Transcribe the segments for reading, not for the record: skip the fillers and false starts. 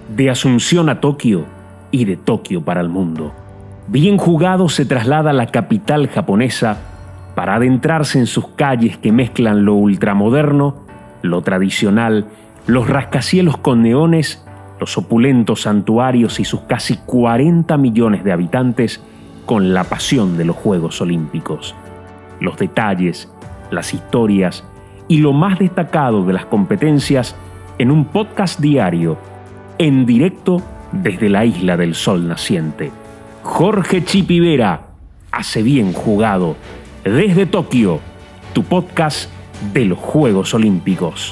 de Asunción a Tokio y de Tokio para el mundo. Bien Jugado se traslada a la capital japonesa para adentrarse en sus calles que mezclan lo ultramoderno, lo tradicional, los rascacielos con neones, los opulentos santuarios y sus casi 40 millones de habitantes con la pasión de los Juegos Olímpicos. Los detalles, las historias y lo más destacado de las competencias en un podcast diario, en directo desde la Isla del Sol Naciente. Jorge Chipi Vera hace Bien Jugado desde Tokio, tu podcast de los Juegos Olímpicos.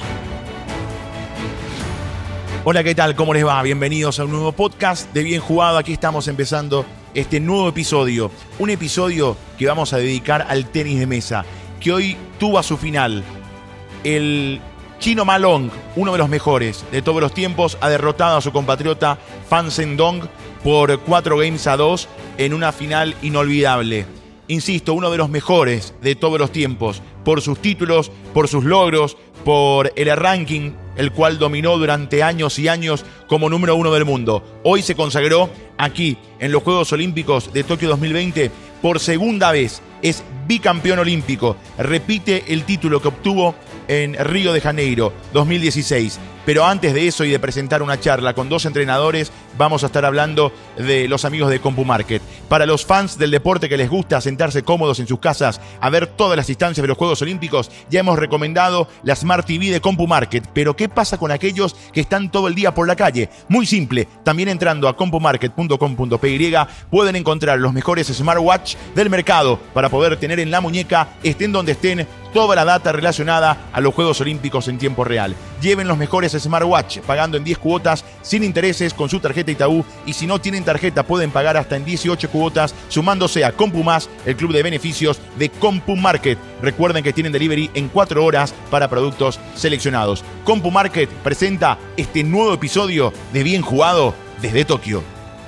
Hola, ¿qué tal? ¿Cómo les va? Bienvenidos a un nuevo podcast de Bien Jugado. Aquí estamos empezando este nuevo episodio. Un episodio que vamos a dedicar al tenis de mesa, que hoy tuvo a su final. El chino Ma Long, uno de los mejores de todos los tiempos, ha derrotado a su compatriota Fan Zhendong por 4-2 en una final inolvidable. Insisto, uno de los mejores de todos los tiempos, por sus títulos, por sus logros, por el ranking, el cual dominó durante años y años como número 1 del mundo. Hoy se consagró aquí, en los Juegos Olímpicos de Tokio 2020, por segunda vez. Es bicampeón olímpico, repite el título que obtuvo en Río de Janeiro 2016. Pero antes de eso y de presentar una charla con dos entrenadores, vamos a estar hablando de los amigos de CompuMarket. Para los fans del deporte que les gusta sentarse cómodos en sus casas a ver todas las instancias de los Juegos Olímpicos, ya hemos recomendado la Smart TV de CompuMarket. Pero ¿qué pasa con aquellos que están todo el día por la calle? Muy simple, también entrando a compumarket.com.py pueden encontrar los mejores smartwatch del mercado para poder tener en la muñeca, estén donde estén, toda la data relacionada a los Juegos Olímpicos en tiempo real. Lleven los mejores smartwatch pagando en 10 cuotas sin intereses con su tarjeta Itaú, y si no tienen tarjeta pueden pagar hasta en 18 cuotas sumándose a CompuMás, el club de beneficios de CompuMarket. Recuerden que tienen delivery en 4 horas para productos seleccionados. CompuMarket presenta este nuevo episodio de Bien Jugado desde Tokio.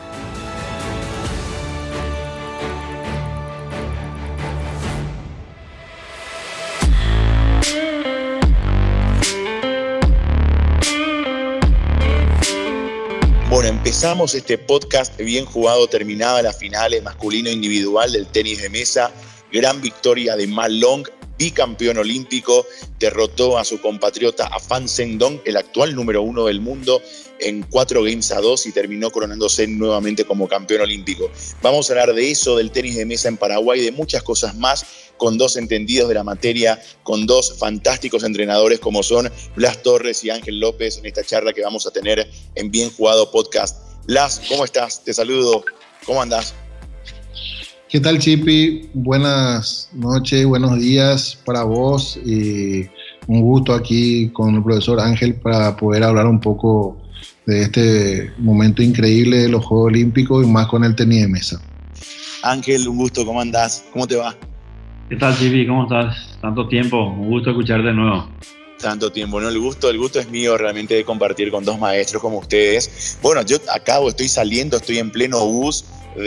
Bueno, empezamos este podcast Bien Jugado, terminada la final masculino individual del tenis de mesa. Gran victoria de Ma Long, bicampeón olímpico, derrotó a su compatriota a Fan Zhendong, el actual número 1 del mundo, en 4-2 y terminó coronándose nuevamente como campeón olímpico. Vamos a hablar de eso, del tenis de mesa en Paraguay, de muchas cosas más, con dos entendidos de la materia, con dos fantásticos entrenadores como son Blas Torres y Ángel López en esta charla que vamos a tener en Bien Jugado Podcast. Blas, ¿cómo estás? Te saludo. ¿Cómo andás? ¿Qué tal, Chipi? Buenas noches, buenos días para vos y un gusto aquí con el profesor Ángel para poder hablar un poco de este momento increíble de los Juegos Olímpicos y más con el tenis de mesa. Ángel, un gusto, ¿cómo andás? ¿Cómo te va? ¿Qué tal, Chipi? ¿Cómo estás? Tanto tiempo, un gusto escucharte de nuevo. Tanto tiempo, ¿no? El gusto es mío realmente de compartir con dos maestros como ustedes. Bueno, yo estoy saliendo, estoy en pleno bus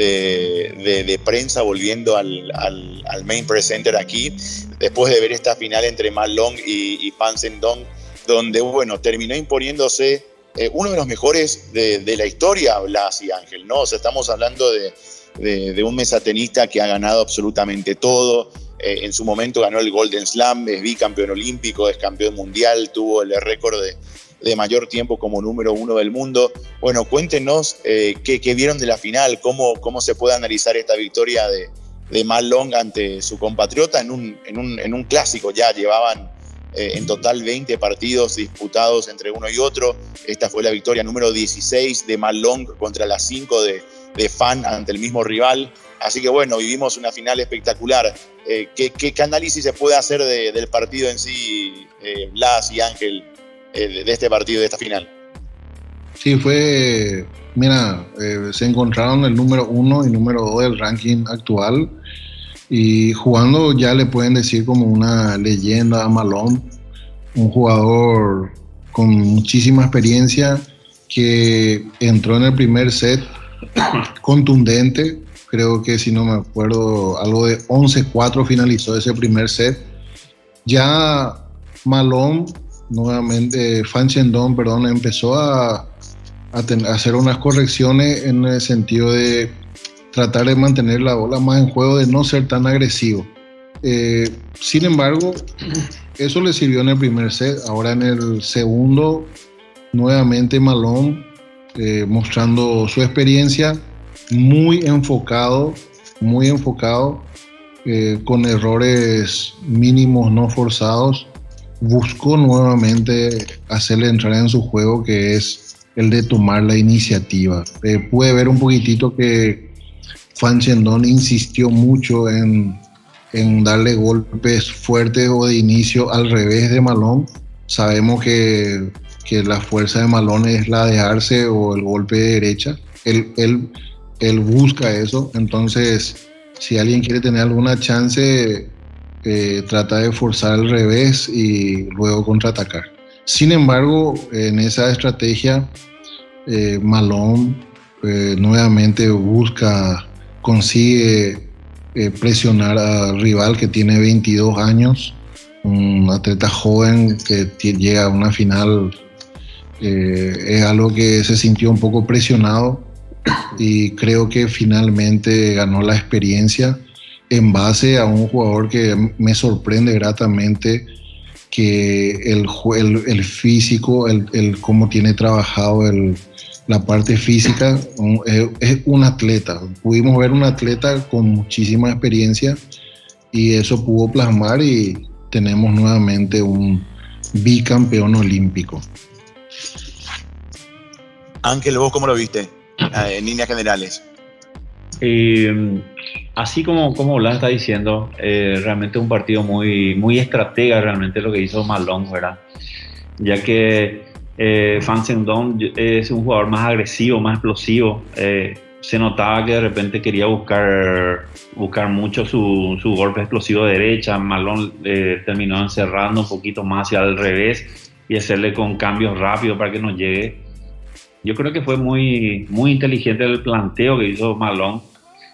de prensa volviendo al Main Press Center aquí, después de ver esta final entre Ma Long y Fan Zhendong, donde, bueno, terminó imponiéndose uno de los mejores de la historia, Blas y Ángel, ¿no? O sea, estamos hablando de un mesatenista que ha ganado absolutamente todo. En su momento ganó el Golden Slam, es bicampeón olímpico, es campeón mundial, tuvo el récord de mayor tiempo como número 1 del mundo. Bueno, cuéntenos qué vieron de la final, cómo se puede analizar esta victoria de Ma Long ante su compatriota en un clásico. Ya llevaban en total 20 partidos disputados entre uno y otro. Esta fue la victoria número 16 de Ma Long contra las 5 de Fan ante el mismo rival. Así que bueno, vivimos una final espectacular. ¿Qué análisis se puede hacer del partido en sí, Blas y Ángel, de este partido, de esta final? Sí, se encontraron el número 1 y número 2 del ranking actual y jugando ya le pueden decir como una leyenda a Ma Long, un jugador con muchísima experiencia que entró en el primer set contundente. Creo que, si no me acuerdo, algo de 11-4 finalizó ese primer set. Ya Ma Long, nuevamente Fan Zhendong, empezó a hacer unas correcciones en el sentido de tratar de mantener la bola más en juego, de no ser tan agresivo. Sin embargo, eso le sirvió en el primer set. Ahora en el segundo, nuevamente Malone mostrando su experiencia, muy enfocado, con errores mínimos no forzados. Buscó nuevamente hacerle entrar en su juego, que es el de tomar la iniciativa. Pude ver un poquitito que Fan Chendon insistió mucho en darle golpes fuertes o de inicio al revés de Malone. Sabemos que la fuerza de Malone es la de arce o el golpe de derecha. Él busca eso. Entonces, si alguien quiere tener alguna chance, trata de forzar al revés y luego contraatacar. Sin embargo, en esa estrategia, Malone nuevamente consigue presionar al rival, que tiene 22 años, un atleta joven que llega a una final. Es algo que se sintió un poco presionado, y creo que finalmente ganó la experiencia en base a un jugador que me sorprende gratamente, que el físico, el cómo tiene trabajado la parte física. Es un atleta. Pudimos ver un atleta con muchísima experiencia, y eso pudo plasmar, y tenemos nuevamente un bicampeón olímpico. Ángel, ¿vos cómo lo viste en líneas generales? Así como Blas está diciendo, realmente un partido muy estratega, realmente lo que hizo Malone, ¿verdad? Ya que Fan Chendon es un jugador más agresivo, más explosivo. Se notaba que de repente quería buscar mucho su golpe explosivo de derecha. Malone terminó encerrando un poquito más hacia el revés y hacerle con cambios rápidos para que nos llegue. Yo creo que fue muy inteligente el planteo que hizo Malone,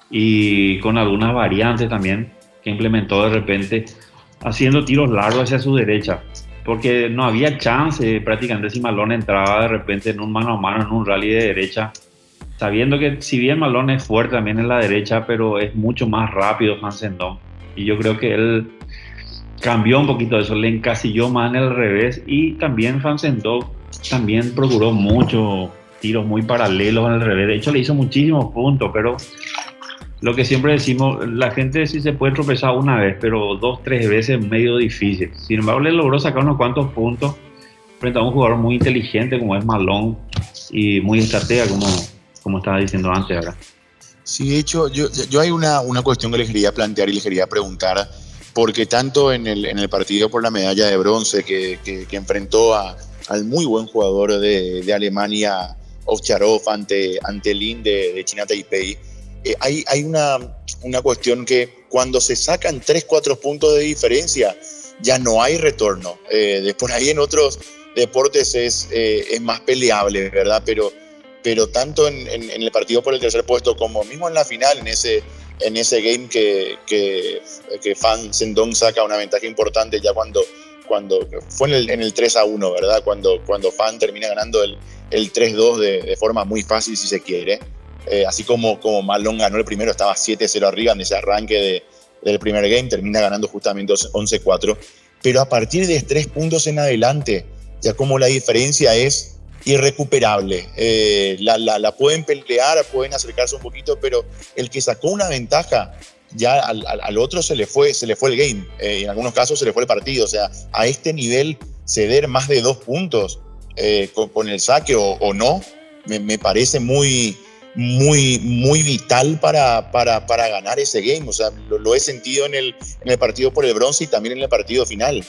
y con algunas variantes también que implementó de repente, haciendo tiros largos hacia su derecha, porque no había chance prácticamente si Malone entraba de repente en un mano a mano, en un rally de derecha, sabiendo que si bien Malone es fuerte también en la derecha, pero es mucho más rápido Fan Chendon, y yo creo que él cambió un poquito eso, le encasilló más en el revés, y también Fan Chendon también procuró muchos tiros muy paralelos en el revés. De hecho, le hizo muchísimos puntos, pero lo que siempre decimos, la gente sí se puede tropezar una vez, pero 2-3 veces es medio difícil. Sin embargo, le logró sacar unos cuantos puntos frente a un jugador muy inteligente como es Malone, y muy estratega, como estaba diciendo antes, ¿verdad? Sí, de hecho, yo hay una cuestión que les quería plantear y les quería preguntar, porque tanto en el partido por la medalla de bronce que enfrentó al muy buen jugador de Alemania, Ovtcharov, ante Lin de China Taipei, hay una cuestión que cuando se sacan 3-4 puntos de diferencia ya no hay retorno. Por ahí en otros deportes es más peleable, ¿verdad? Pero tanto en el partido por el tercer puesto como mismo en la final, en ese game que Fan Chendon saca una ventaja importante ya cuando fue en el 3-1, ¿verdad? Cuando Fan termina ganando el 3-2 de forma muy fácil, si se quiere. Así como Malone ganó el primero, estaba 7-0 arriba en ese arranque del primer game, termina ganando justamente 11-4. Pero a partir de 3 puntos en adelante, ya como la diferencia es irrecuperable. La pueden pelear, pueden acercarse un poquito, pero el que sacó una ventaja, ya al otro se le fue el game. En algunos casos se le fue el partido. O sea, a este nivel, ceder más de 2 puntos con el saque o no, me parece muy vital para ganar ese game. O sea, lo he sentido en el partido por el bronce y también en el partido final.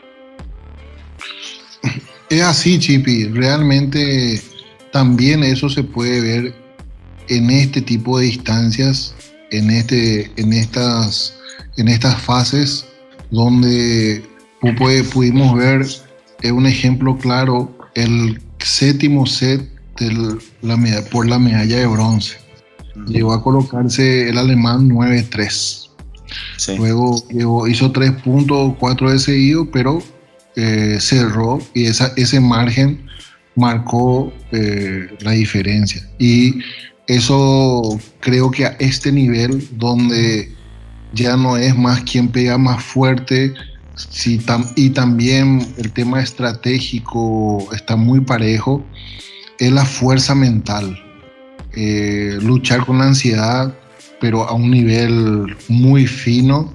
Es así, Chipi. Realmente también eso se puede ver en este tipo de distancias, en estas fases donde pudimos ver un ejemplo claro, el séptimo set por la medalla de bronce. Llegó a colocarse el alemán 9-3. Sí. Luego hizo 3 puntos, 4 de seguido, pero cerró, y ese margen marcó la diferencia. Y eso creo que a este nivel, donde ya no es más quien pega más fuerte, y también el tema estratégico está muy parejo, es la fuerza mental. Luchar con la ansiedad, pero a un nivel muy fino,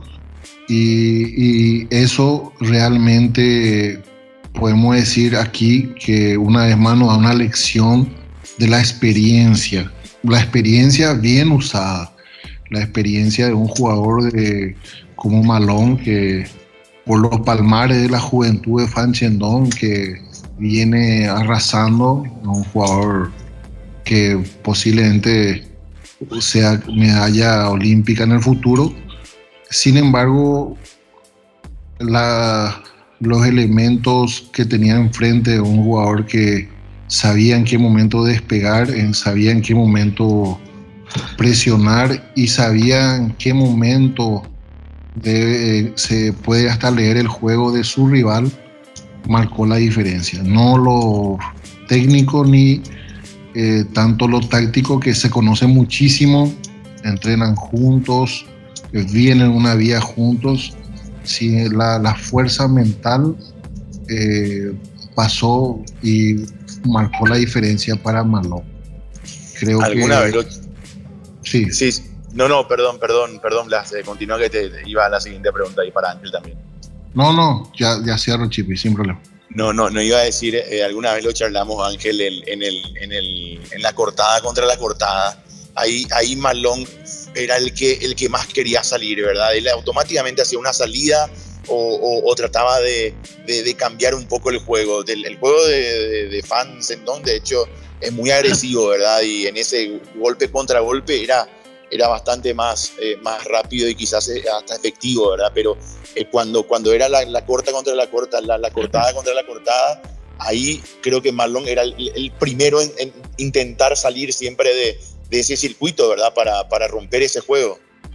y eso realmente podemos decir aquí que una vez más nos da una lección de la experiencia bien usada, la experiencia de un jugador como Malone, que por los palmares de la juventud de Fan Chendong, que viene arrasando, un jugador que posiblemente sea medalla olímpica en el futuro. Sin embargo, los elementos que tenía enfrente de un jugador que sabía en qué momento despegar, sabía en qué momento presionar y sabía en qué momento se puede hasta leer el juego de su rival, marcó la diferencia. No lo técnico ni tanto lo táctico, que se conocen muchísimo, entrenan juntos, vienen una vía juntos. Sí, la fuerza mental pasó y marcó la diferencia para Malone. Creo ¿Alguna que... vez Sí. Sí. No, perdón, Blas. Continúa, que te iba a la siguiente pregunta ahí para Ángel también. No, ya cierro, Chipi, sin problema. No iba a decir, alguna vez lo charlamos, Ángel, en la cortada contra la cortada. Ahí Malone era el que más quería salir, ¿verdad? Él automáticamente hacía una salida o trataba de cambiar un poco el juego. El juego de Fan Chendong, de hecho, es muy agresivo, ¿verdad? Y en ese golpe contra golpe era bastante más rápido y quizás hasta efectivo, ¿verdad? Pero cuando era la corta contra la corta, la cortada contra la cortada, ahí creo que Malone era el primero en intentar salir siempre de ese circuito, ¿verdad? Para romper ese juego.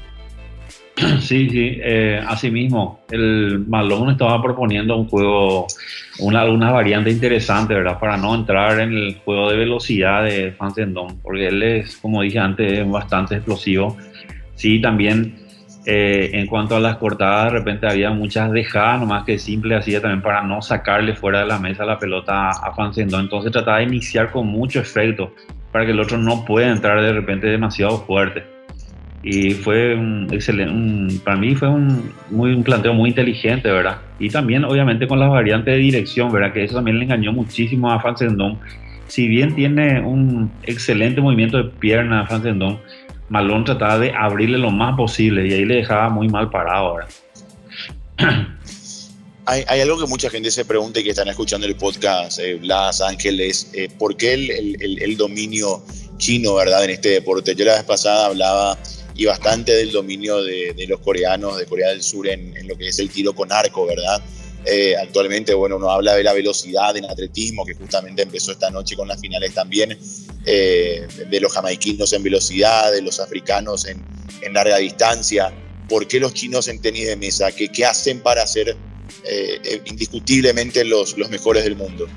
Sí, así mismo. El Malone estaba proponiendo un juego, una variante interesante, ¿verdad? Para no entrar en el juego de velocidad de Fan Chendong, porque él es, como dije antes, bastante explosivo. Sí, también en cuanto a las cortadas, de repente había muchas dejadas, nomás que simple hacía también para no sacarle fuera de la mesa la pelota a Fan Chendong. Entonces trataba de iniciar con mucho efecto para que el otro no pueda entrar de repente demasiado fuerte. Y fue para mí fue un planteo muy inteligente, ¿verdad? Y también obviamente con las variantes de dirección, ¿verdad? Que eso también le engañó muchísimo a Fan Chendong. Si bien tiene un excelente movimiento de pierna a Fan Chendong, Malone trataba de abrirle lo más posible y ahí le dejaba muy mal parado, ¿verdad? Hay algo que mucha gente se pregunta y que están escuchando el podcast, Blas, Ángel, es ¿por qué el dominio chino, ¿verdad? En este deporte. Yo la vez pasada hablaba y bastante del dominio de los coreanos, de Corea del Sur, en lo que es el tiro con arco, ¿verdad? Actualmente, bueno, uno habla de la velocidad en atletismo, que justamente empezó esta noche con las finales también, de los jamaiquinos en velocidad, de los africanos en larga distancia. ¿Por qué los chinos en tenis de mesa? ¿Qué hacen para ser indiscutiblemente los mejores del mundo?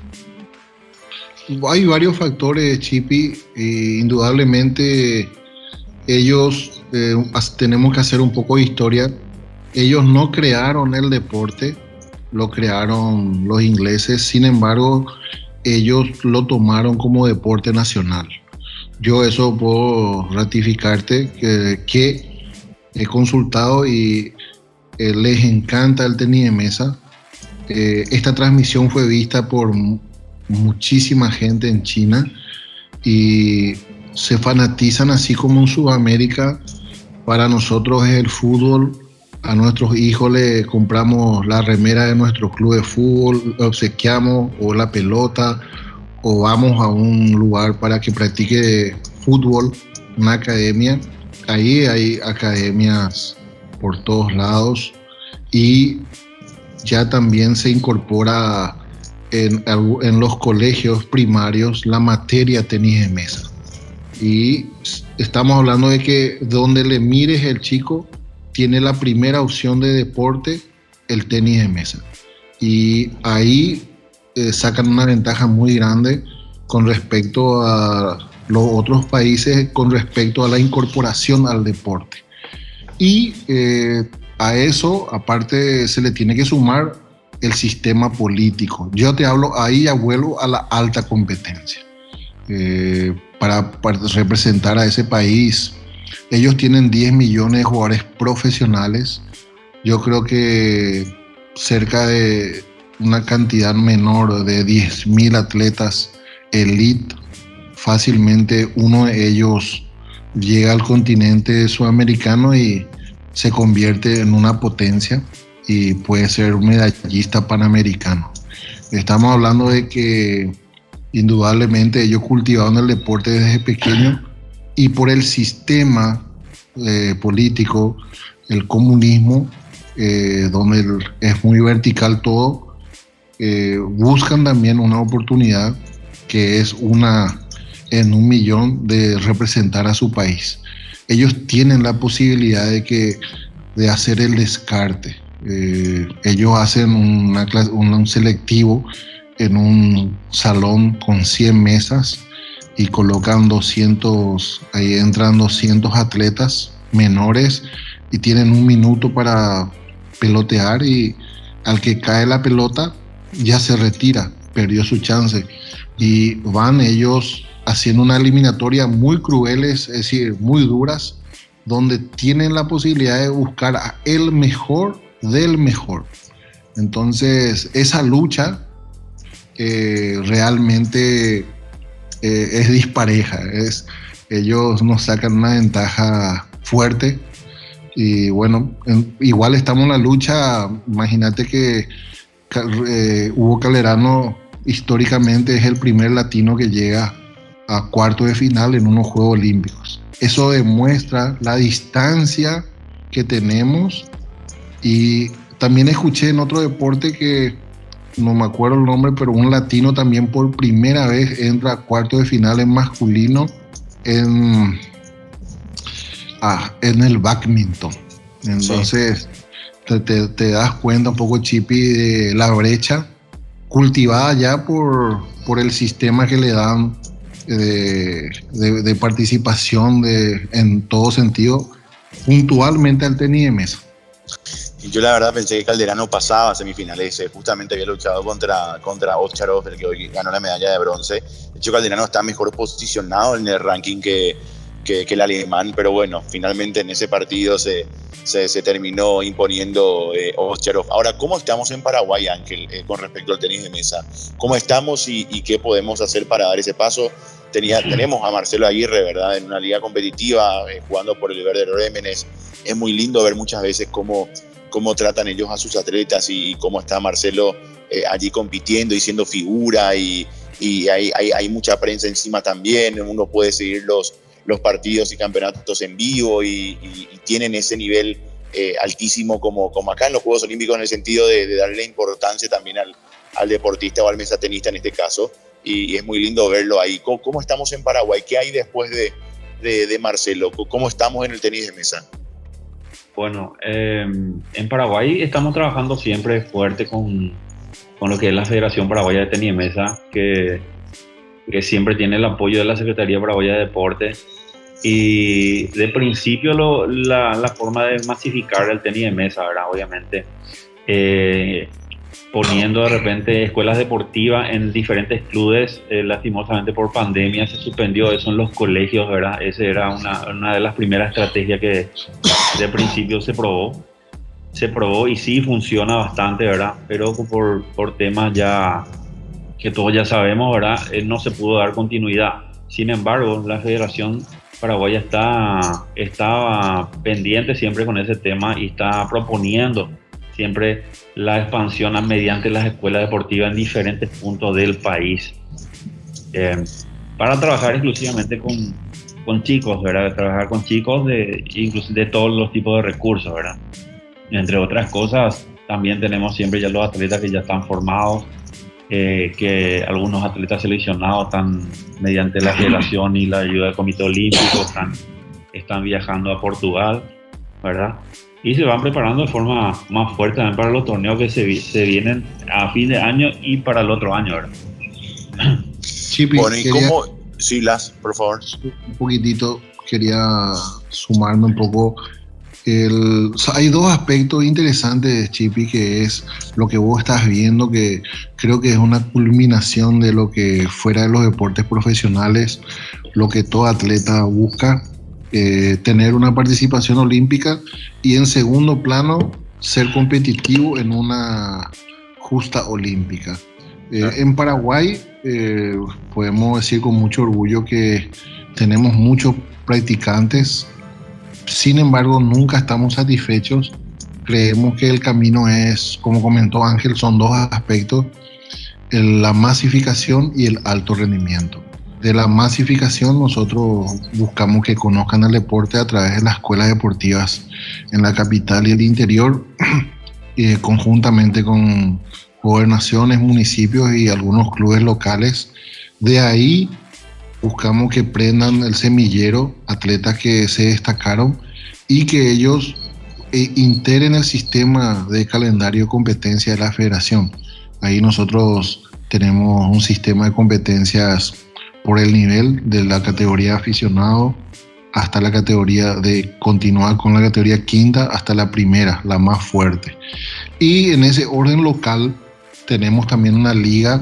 Hay varios factores, Chipi. Indudablemente ellos, tenemos que hacer un poco de historia. Ellos no crearon el deporte, lo crearon los ingleses. Sin embargo, ellos lo tomaron como deporte nacional. Yo eso puedo ratificarte, que he consultado y les encanta el tenis de mesa. Esta transmisión fue vista por muchísima gente en China y se fanatizan, así como en Sudamérica. Para nosotros es el fútbol. A nuestros hijos le compramos la remera de nuestro club de fútbol, obsequiamos o la pelota, o vamos a un lugar para que practique fútbol, una academia. Ahí hay academias por todos lados y ya también se incorpora en los colegios primarios la materia tenis de mesa. Y estamos hablando de que donde le mires, el chico tiene la primera opción de deporte, el tenis de mesa. Y ahí sacan una ventaja muy grande con respecto a los otros países, con respecto a la incorporación al deporte. Y a eso, aparte, se le tiene que sumar el sistema político. Yo te hablo, ahí ya vuelvo a la alta competencia. Para representar a ese país, ellos tienen 10 millones de jugadores profesionales. Yo creo que cerca de una cantidad menor de 10.000 atletas elite, fácilmente uno de ellos llega al continente sudamericano y se convierte en una potencia y puede ser un medallista panamericano. Estamos hablando de que indudablemente ellos cultivaron el deporte desde pequeño y por el sistema político, el comunismo, donde es muy vertical todo, buscan también una oportunidad que es una en 1 millón de representar a su país. Ellos tienen la posibilidad de hacer el descarte. Ellos hacen un selectivo en un salón con 100 mesas y colocan 200, ahí entran 200 atletas menores y tienen 1 minuto para pelotear y al que cae la pelota ya se retira, perdió su chance. Y van ellos haciendo una eliminatoria muy crueles, es decir, muy duras, donde tienen la posibilidad de buscar a el mejor del mejor. Entonces, esa lucha realmente es dispareja. Ellos nos sacan una ventaja fuerte y bueno, igual estamos en la lucha. Imagínate que Hugo Calderano históricamente es el primer latino que llega a cuarto de final en unos Juegos Olímpicos. Eso demuestra la distancia que tenemos. Y también escuché en otro deporte que no me acuerdo el nombre, pero un latino también por primera vez entra a cuarto de final en masculino en el badminton. Entonces te das cuenta un poco, Chipi, de la brecha cultivada ya por el sistema que le dan de participación en todo sentido, puntualmente al tenis de mesa. Y yo la verdad pensé que Calderano pasaba a semifinales, justamente había luchado contra Ovcharov, el que hoy ganó la medalla de bronce. De hecho, Calderano está mejor posicionado en el ranking que el alemán, pero bueno, finalmente en ese partido se terminó imponiendo Ovcharov. Ahora, ¿cómo estamos en Paraguay, Ángel, con respecto al tenis de mesa? ¿Cómo estamos y qué podemos hacer para dar ese paso? Tenemos a Marcelo Aguirre, ¿verdad?, en una liga competitiva, jugando por el Werder Bremen. Es muy lindo ver muchas veces cómo tratan ellos a sus atletas y cómo está Marcelo allí compitiendo y siendo figura, y hay mucha prensa encima también. Uno puede seguir los partidos y campeonatos en vivo y tienen ese nivel altísimo como acá en los Juegos Olímpicos, en el sentido de darle importancia también al deportista o al mesatenista en este caso, y es muy lindo verlo ahí. ¿Cómo estamos en Paraguay? ¿Qué hay después de Marcelo? ¿Cómo estamos en el tenis de mesa? Bueno, en Paraguay estamos trabajando siempre fuerte con lo que es la Federación Paraguaya de Tenis de Mesa, que siempre tiene el apoyo de la Secretaría Paraguaya de Deporte. Y de principio la forma de masificar el tenis de mesa, ¿verdad? Obviamente, poniendo de repente escuelas deportivas en diferentes clubes. Lastimosamente por pandemia se suspendió eso en los colegios, ¿verdad? Esa era una de las primeras estrategias que de principio se probó y sí funciona bastante, ¿verdad? Pero por temas ya que todos ya sabemos, ¿verdad? No se pudo dar continuidad. Sin embargo, la Federación Paraguaya está pendiente siempre con ese tema y está proponiendo siempre la expansión mediante las escuelas deportivas en diferentes puntos del país, para trabajar exclusivamente con chicos, ¿verdad? Trabajar con chicos incluso de todos los tipos de recursos, ¿verdad? Entre otras cosas, también tenemos siempre ya los atletas que ya están formados, que algunos atletas seleccionados están, mediante la federación y la ayuda del Comité Olímpico, están viajando a Portugal, ¿verdad? Y se van preparando de forma más fuerte también para los torneos que se vienen a fin de año y para el otro año, ¿verdad? Chipi, Bueno, ¿y cómo? Sí, por favor. Un poquitito, quería sumarme un poco. Hay dos aspectos interesantes, Chipi, que es lo que vos estás viendo, que creo que es una culminación de lo que fuera de los deportes profesionales, lo que todo atleta busca, tener una participación olímpica y en segundo plano ser competitivo en una justa olímpica. En Paraguay podemos decir con mucho orgullo que tenemos muchos practicantes. Sin embargo, nunca estamos satisfechos. Creemos que el camino es, como comentó Ángel, son dos aspectos, la masificación y el alto rendimiento. De la masificación nosotros buscamos que conozcan el deporte a través de las escuelas deportivas en la capital y el interior, conjuntamente con gobernaciones, municipios y algunos clubes locales. De ahí buscamos que prendan el semillero atletas que se destacaron y que ellos integren el sistema de calendario de competencia de la federación. Ahí nosotros tenemos un sistema de competencias por el nivel de la categoría aficionado hasta la categoría de continuar con la categoría quinta hasta la primera, la más fuerte. Y en ese orden local tenemos también una liga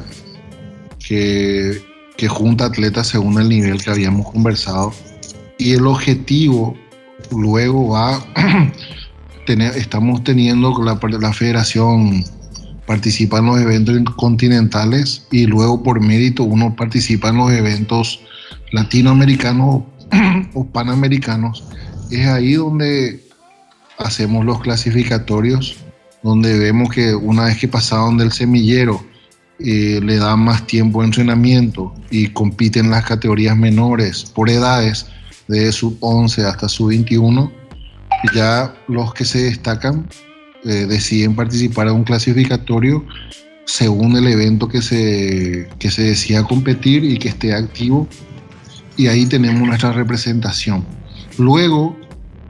que junta atletas según el nivel que habíamos conversado, y el objetivo luego va estamos teniendo la federación participa en los eventos continentales y luego por mérito uno participa en los eventos latinoamericanos o panamericanos. Es ahí donde hacemos los clasificatorios, donde vemos que una vez que pasaron del semillero le dan más tiempo de entrenamiento y compiten en las categorías menores por edades de sub-11 hasta sub-21, ya los que se destacan deciden participar en un clasificatorio según el evento que se decida competir y que esté activo, y ahí tenemos nuestra representación. Luego,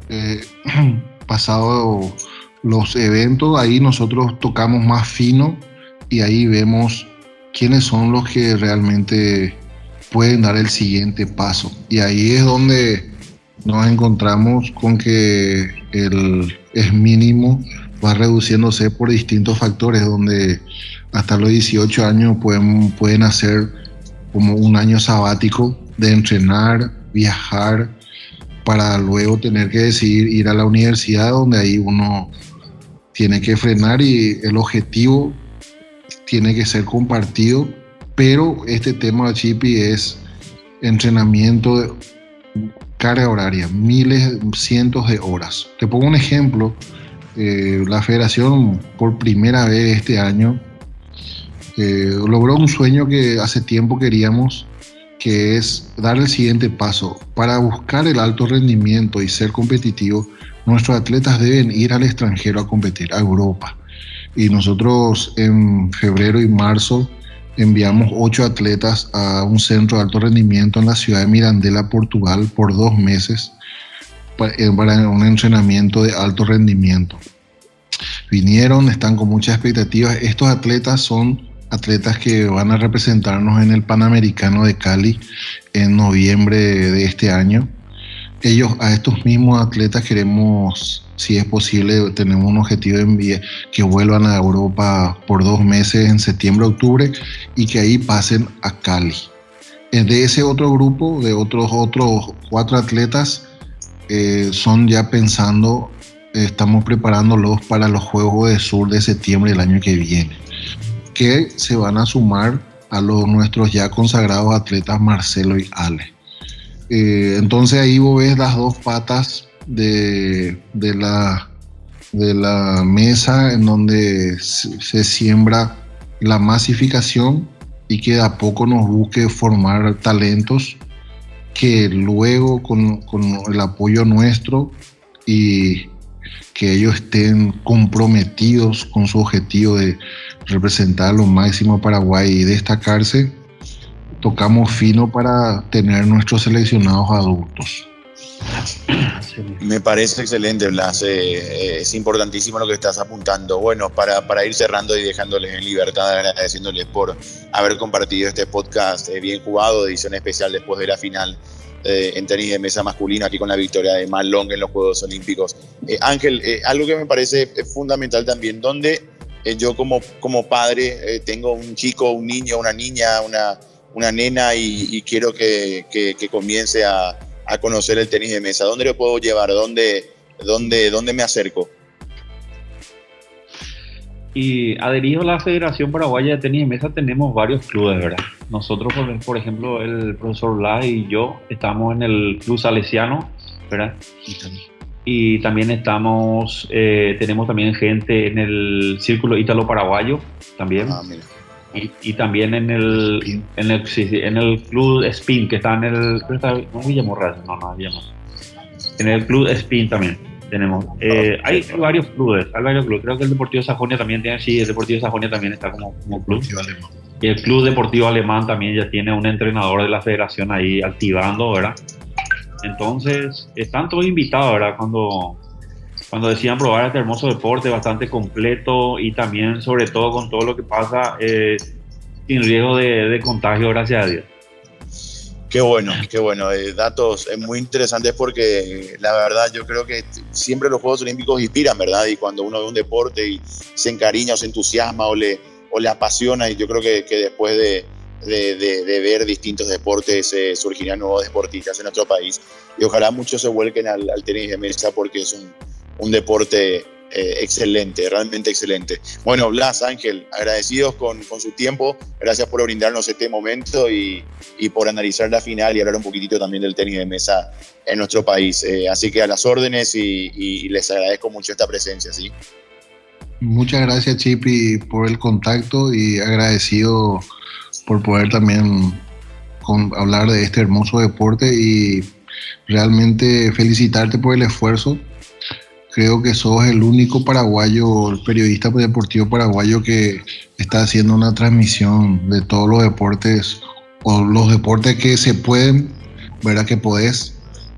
pasado los eventos, ahí nosotros tocamos más fino y ahí vemos quiénes son los que realmente pueden dar el siguiente paso. Y ahí es donde nos encontramos con que el es mínimo va reduciéndose por distintos factores, donde hasta los 18 años pueden hacer como un año sabático de entrenar, viajar, para luego tener que decidir ir a la universidad, donde ahí uno tiene que frenar y el objetivo tiene que ser compartido. Pero este tema de Chipi es entrenamiento de carga horaria, miles, cientos de horas. Te pongo un ejemplo. La federación por primera vez este año logró un sueño que hace tiempo queríamos, que es dar el siguiente paso. Para buscar el alto rendimiento y ser competitivo, nuestros atletas deben ir al extranjero a competir, a Europa. Y nosotros en febrero y marzo enviamos 8 atletas a un centro de alto rendimiento en la ciudad de Mirandela, Portugal, por 2 meses para un entrenamiento de alto rendimiento. Vinieron, están con muchas expectativas. Estos atletas son atletas que van a representarnos en el Panamericano de Cali en noviembre de este año. A estos mismos atletas queremos, si es posible, tenemos un objetivo de enviar que vuelvan a Europa por 2 meses en septiembre, octubre, y que ahí pasen a Cali. De ese otro grupo, de otros 4 atletas, son ya pensando, estamos preparándolos para los Juegos del Sur de septiembre del año que viene, que se van a sumar a nuestros ya consagrados atletas Marcelo y Ale. Entonces ahí vos ves las dos patas de la mesa, en donde se siembra la masificación y que de a poco nos busque formar talentos que luego con el apoyo nuestro y que ellos estén comprometidos con su objetivo de representar lo máximo a Paraguay y destacarse, tocamos fino para tener nuestros seleccionados adultos. Me parece excelente, Blas. Es importantísimo lo que estás apuntando. Bueno, para ir cerrando y dejándoles en libertad, agradeciéndoles por haber compartido este podcast bien jugado, de edición especial después de la final en tenis de mesa masculino, aquí con la victoria de Ma Long en los Juegos Olímpicos. Ángel, algo que me parece fundamental también, donde yo como padre tengo un chico, un niño, una niña, una nena y quiero que comience a conocer el tenis de mesa. ¿Dónde lo puedo llevar? ¿Dónde me acerco? Y adherido a la Federación Paraguaya de Tenis de Mesa tenemos varios clubes, ¿verdad? Nosotros, por ejemplo, el profesor Blas y yo estamos en el Club Salesiano, ¿verdad? Y también tenemos también gente en el Círculo Ítalo-Paraguayo, también. Mira. Y también en el Club Spin, que está en el... ¿Cómo se llama? No, en el Club Spin también tenemos. Hay varios clubes. Creo que el Deportivo Sajonia también tiene, sí, el Deportivo Sajonia también está como club. Y el Club Deportivo Alemán también ya tiene un entrenador de la federación ahí activando, ¿verdad? Entonces, están todos invitados, ¿verdad? Cuando decidan probar este hermoso deporte bastante completo y también, sobre todo, con todo lo que pasa, sin riesgo de contagio, gracias a Dios. Qué bueno. Datos muy interesantes porque la verdad yo creo que siempre los Juegos Olímpicos inspiran, ¿verdad? Y cuando uno ve un deporte y se encariña o se entusiasma o le apasiona, y yo creo que después de ver distintos deportes surgirán nuevos deportistas en nuestro país y ojalá muchos se vuelquen al tenis de mesa porque es un deporte excelente, realmente excelente. Bueno, Blas, Ángel, agradecidos con su tiempo, gracias por brindarnos este momento y por analizar la final y hablar un poquitito también del tenis de mesa en nuestro país. Así que a las órdenes y les agradezco mucho esta presencia, ¿sí? Muchas gracias, Chipi, por el contacto y agradecido por poder también hablar de este hermoso deporte y realmente felicitarte por el esfuerzo. Creo que sos el único paraguayo, el periodista deportivo paraguayo que está haciendo una transmisión de todos los deportes o los deportes que se pueden, ¿verdad? Que podés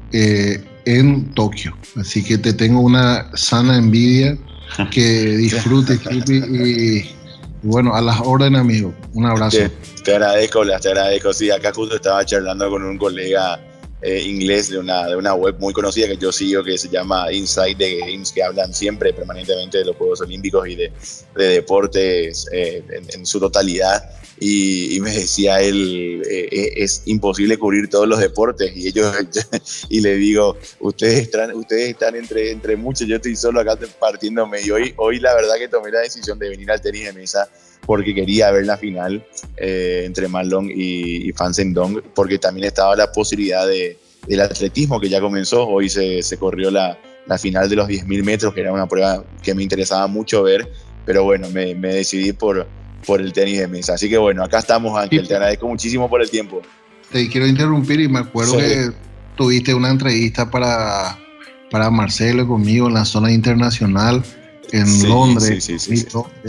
en Tokio. Así que te tengo una sana envidia, que disfrutes, Chipi, y bueno, a las órdenes, amigo. Un abrazo. Te agradezco, Blas, te agradezco. Sí, acá justo estaba charlando con un colega inglés de una web muy conocida que yo sigo, que se llama Inside the Games, que hablan siempre permanentemente de los Juegos Olímpicos y de deportes en su totalidad. Y me decía él, es imposible cubrir todos los deportes, y le digo, ustedes están entre muchos, yo estoy solo acá partiéndome, y hoy la verdad que tomé la decisión de venir al tenis de mesa porque quería ver la final entre Ma Long y Fan Zhendong, porque también estaba la posibilidad del atletismo que ya comenzó. Hoy se corrió la final de los 10.000 metros, que era una prueba que me interesaba mucho ver, pero bueno, me decidí por el tenis de mesa. Así que bueno, acá estamos, Ángel, te agradezco muchísimo por el tiempo. Te quiero interrumpir y me acuerdo que tuviste una entrevista para Marcelo conmigo en la zona internacional en Londres. Sí.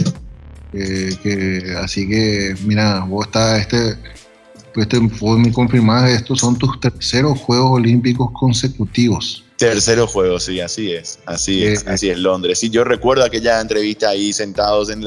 Así que mira, vos estás vos me confirmás, estos son tus terceros Juegos Olímpicos consecutivos. Terceros Juegos, sí, así es, Londres. Sí, yo recuerdo aquella entrevista ahí sentados en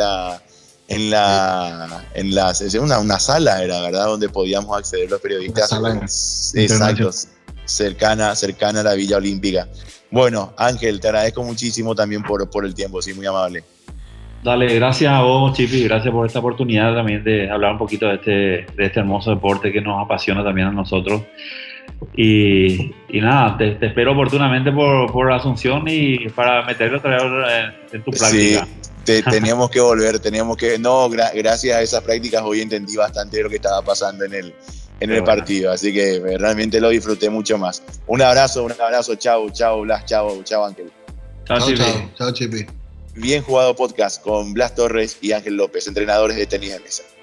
una sala, era, ¿verdad? Donde podíamos acceder los periodistas. Exacto, cercana a la Villa Olímpica. Bueno, Ángel, te agradezco muchísimo también por el tiempo, sí, muy amable. Dale, gracias a vos, Chipi, gracias por esta oportunidad también de hablar un poquito de este hermoso deporte que nos apasiona también a nosotros. Y nada, te espero oportunamente por Asunción y para meterlo otra vez en tu práctica. Sí, teníamos que volver, gracias a esas prácticas hoy entendí bastante de lo que estaba pasando en el partido, así que realmente lo disfruté mucho más. Un abrazo, chao Blas, chao Ángel. Chao Chipi. Bien Jugado Podcast con Blas Torres y Ángel López, entrenadores de tenis de mesa.